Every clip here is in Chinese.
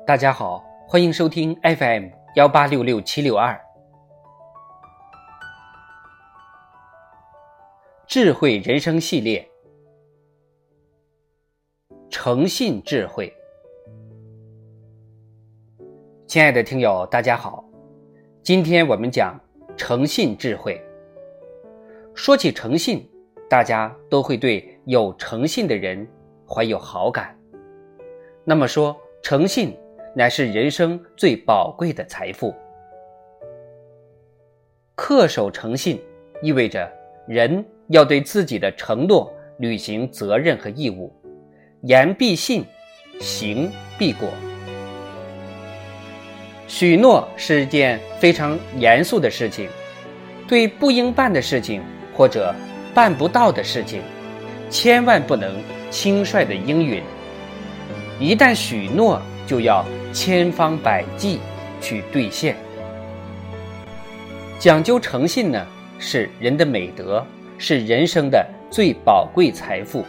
大家好，欢迎收听 FM1866762 智慧人生系列，诚信智慧。亲爱的听友大家好，今天我们讲诚信智慧。说起诚信，大家都会对有诚信的人怀有好感。那么说，诚信乃是人生最宝贵的财富。恪守诚信意味着人要对自己的承诺履行责任和义务，言必信，行必果。许诺是件非常严肃的事情，对不应办的事情或者办不到的事情，千万不能轻率的应允。一旦许诺，就要千方百计去兑现。讲究诚信呢，是人的美德，是人生的最宝贵财富。《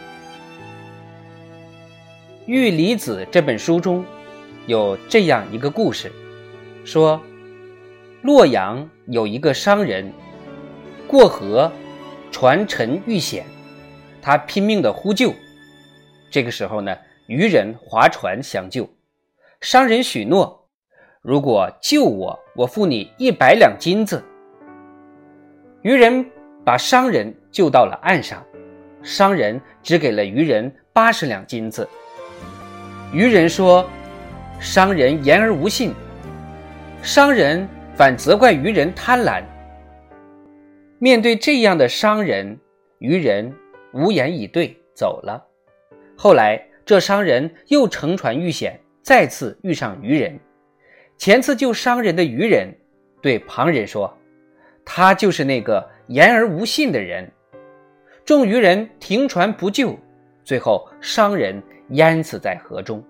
玉离子》这本书中有这样一个故事，说洛阳有一个商人，过河船沉遇险，他拼命地呼救。这个时候呢，渔人划船相救。商人许诺，如果救我，我付你100两金子。渔人把商人救到了岸上，商人只给了渔人80两金子。渔人说商人言而无信，商人反责怪渔人贪婪。面对这样的商人，渔人无言以对，走了。后来这商人又乘船遇险，再次遇上渔人。前次救商人的渔人对旁人说，他就是那个言而无信的人。众渔人停船不救，最后商人淹死在河中。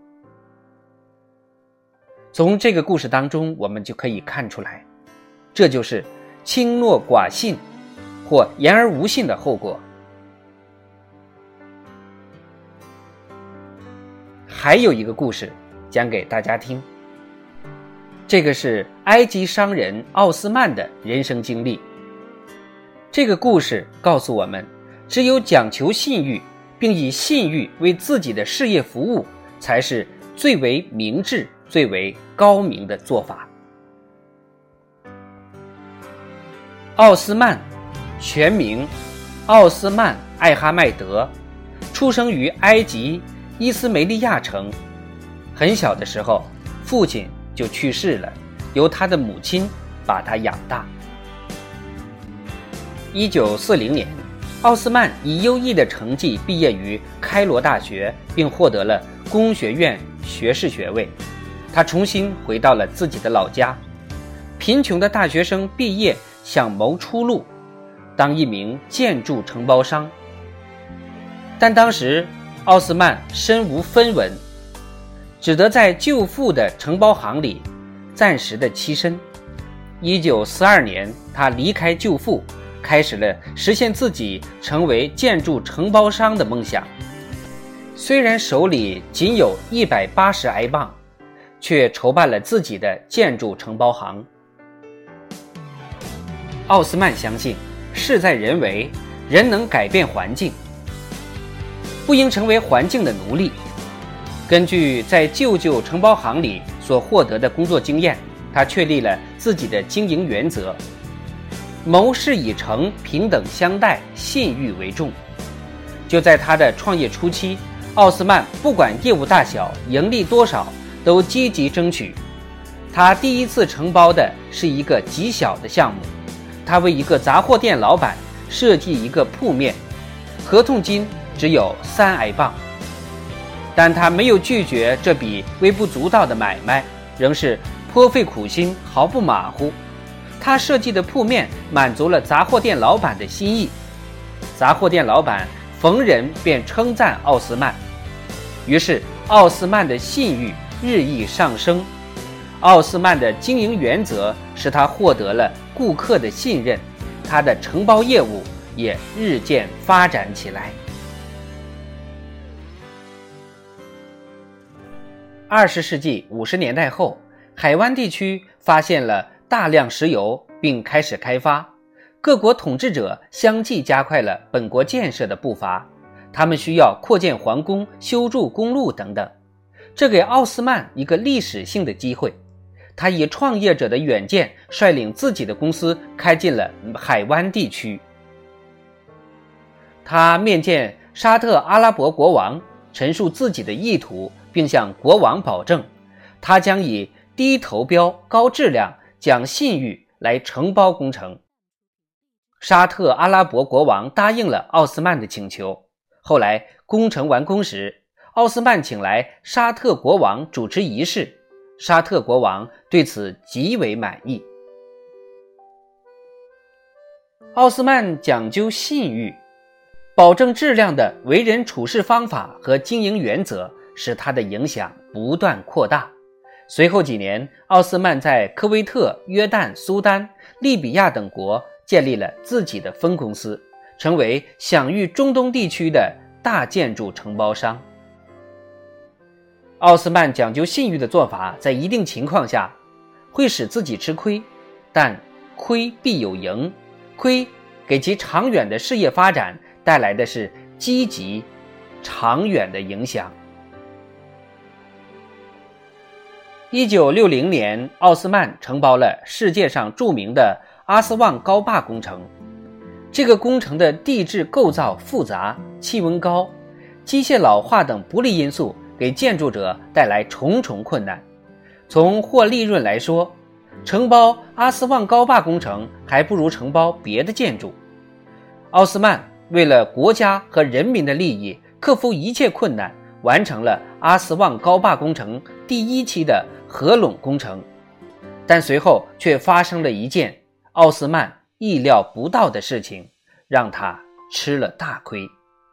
从这个故事当中，我们就可以看出来，这就是轻诺寡信或言而无信的后果。还有一个故事讲给大家听，这个是埃及商人奥斯曼的人生经历。这个故事告诉我们，只有讲求信誉，并以信誉为自己的事业服务，才是最为明智、最为高明的做法。奥斯曼全名奥斯曼·艾哈迈德，出生于埃及伊斯梅利亚城。很小的时候，父亲就去世了，由他的母亲把他养大。1940年，奥斯曼以优异的成绩毕业于开罗大学，并获得了工学院学士学位。他重新回到了自己的老家。贫穷的大学生毕业想谋出路，当一名建筑承包商。但当时奥斯曼身无分文，只得在舅父的承包行里暂时的栖身。1942年，他离开舅父，开始了实现自己成为建筑承包商的梦想。虽然手里仅有180埃镑，却筹办了自己的建筑承包行。奥斯曼相信，事在人为，人能改变环境，不应成为环境的奴隶。根据在舅舅承包行里所获得的工作经验，他确立了自己的经营原则：谋事以诚，平等相待，信誉为重。就在他的创业初期，奥斯曼不管业务大小，盈利多少，都积极争取。他第一次承包的是一个极小的项目，他为一个杂货店老板设计一个铺面，合同金只有3埃镑。但他没有拒绝这笔微不足道的买卖，仍是颇费苦心，毫不马虎。他设计的铺面满足了杂货店老板的心意，杂货店老板逢人便称赞奥斯曼，于是奥斯曼的信誉日益上升。奥斯曼的经营原则使他获得了顾客的信任，他的承包业务也日渐发展起来。 20世纪50年代后，海湾地区发现了大量石油并开始开发，各国统治者相继加快了本国建设的步伐，他们需要扩建皇宫、修筑公路等等。这给奥斯曼一个历史性的机会，他以创业者的远见率领自己的公司开进了海湾地区。他面见沙特阿拉伯国王，陈述自己的意图，并向国王保证，他将以低投标、高质量、讲信誉来承包工程。沙特阿拉伯国王答应了奥斯曼的请求。后来工程完工时，奥斯曼请来沙特国王主持仪式，沙特国王对此极为满意。奥斯曼讲究信誉，保证质量的为人处事方法和经营原则，使他的影响不断扩大。随后几年，奥斯曼在科威特、约旦、苏丹、利比亚等国建立了自己的分公司，成为享誉中东地区的大建筑承包商。奥斯曼讲究信誉的做法，在一定情况下会使自己吃亏，但亏必有盈，亏给其长远的事业发展带来的是积极长远的影响。1960年，奥斯曼承包了世界上著名的阿斯旺高坝工程。这个工程的地质构造复杂，气温高，机械老化等不利因素给建筑者带来重重困难。从获利润来说，承包阿斯旺高坝工程还不如承包别的建筑。奥斯曼为了国家和人民的利益，克服一切困难，完成了阿斯旺高坝工程第1期的合拢工程。但随后却发生了一件奥斯曼意料不到的事情，让他吃了大亏。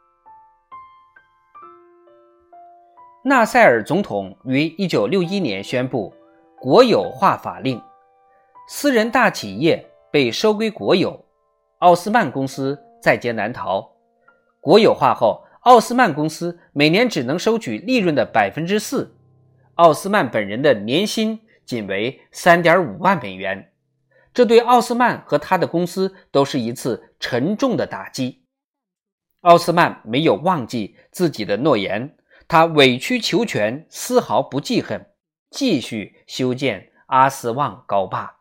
纳赛尔总统于1961年宣布国有化法令，私人大企业被收归国有，奥斯曼公司在劫难逃。国有化后，奥斯曼公司每年只能收取利润的 4%， 奥斯曼本人的年薪仅为 3.5 万美元，这对奥斯曼和他的公司都是一次沉重的打击。奥斯曼没有忘记自己的诺言，他委曲求全，丝毫不记恨，继续修建阿斯旺高坝。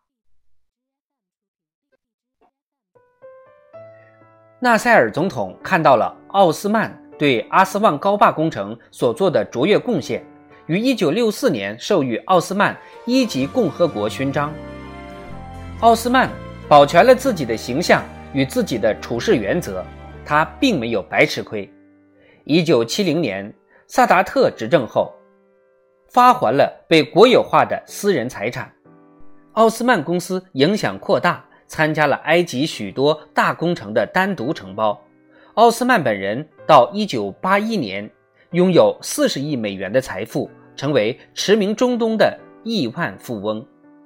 纳赛尔总统看到了奥斯曼对阿斯旺高坝工程所做的卓越贡献，于1964年授予奥斯曼1级共和国勋章。奥斯曼保全了自己的形象与自己的处事原则，他并没有白吃亏。1970年，萨达特执政后，发还了被国有化的私人财产。奥斯曼公司影响扩大，参加了埃及许多大工程的单独承包。奥斯曼本人到1981年拥有40亿美元的财富，成为驰名中东的亿万富翁。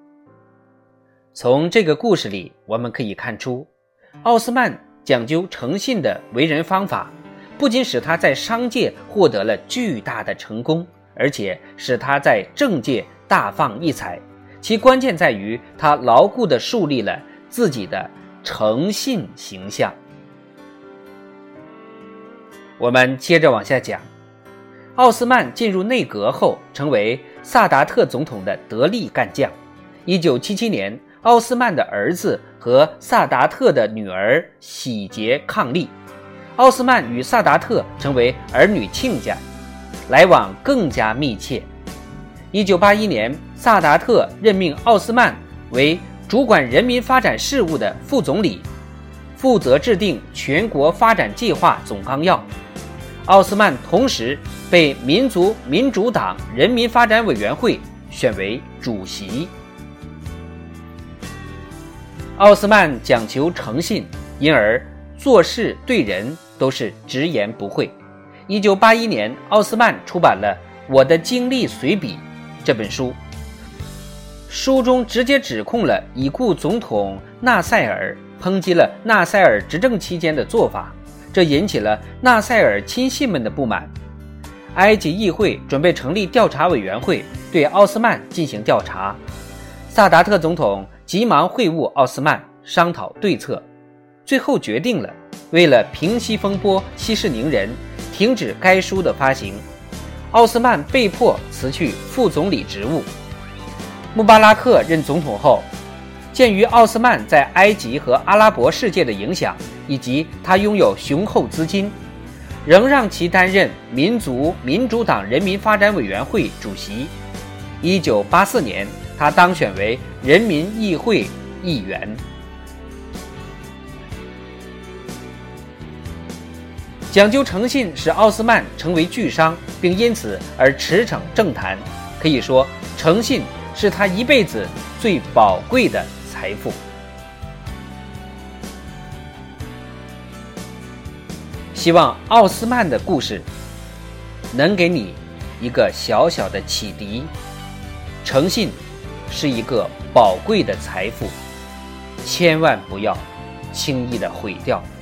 从这个故事里，我们可以看出，奥斯曼讲究诚信的为人方法，不仅使他在商界获得了巨大的成功，而且使他在政界大放异彩。其关键在于他牢固地树立了自己的诚信形象。我们接着往下讲，奥斯曼进入内阁后，成为萨达特总统的得力干将。1977年，奥斯曼的儿子和萨达特的女儿喜结伉俪，奥斯曼与萨达特成为儿女亲家，来往更加密切。1981年，萨达特任命奥斯曼为主管人民发展事务的副总理，负责制定全国发展计划总纲要。奥斯曼同时被民族民主党人民发展委员会选为主席。奥斯曼讲求诚信，因而做事对人都是直言不讳。1981年，奥斯曼出版了《我的经历随笔》这本书，书中直接指控了已故总统纳赛尔，抨击了纳赛尔执政期间的做法，这引起了纳赛尔亲信们的不满。 埃及议会准备成立调查委员会对奥斯曼进行调查。萨达特总统急忙会晤奥斯曼，商讨对策，最后决定了为了平息风波，息事宁人，停止该书的发行。奥斯曼被迫辞去副总理职务。穆巴拉克任总统后，鉴于奥斯曼在埃及和阿拉伯世界的影响，以及他拥有雄厚资金，仍让其担任民族民主党人民发展委员会主席。1984年，他当选为人民议会议员。讲究诚信使奥斯曼成为巨商，并因此而驰骋政坛。可以说，诚信是他一辈子最宝贵的财富。希望奥斯曼的故事能给你一个小小的启迪。诚信是一个宝贵的财富，千万不要轻易的毁掉。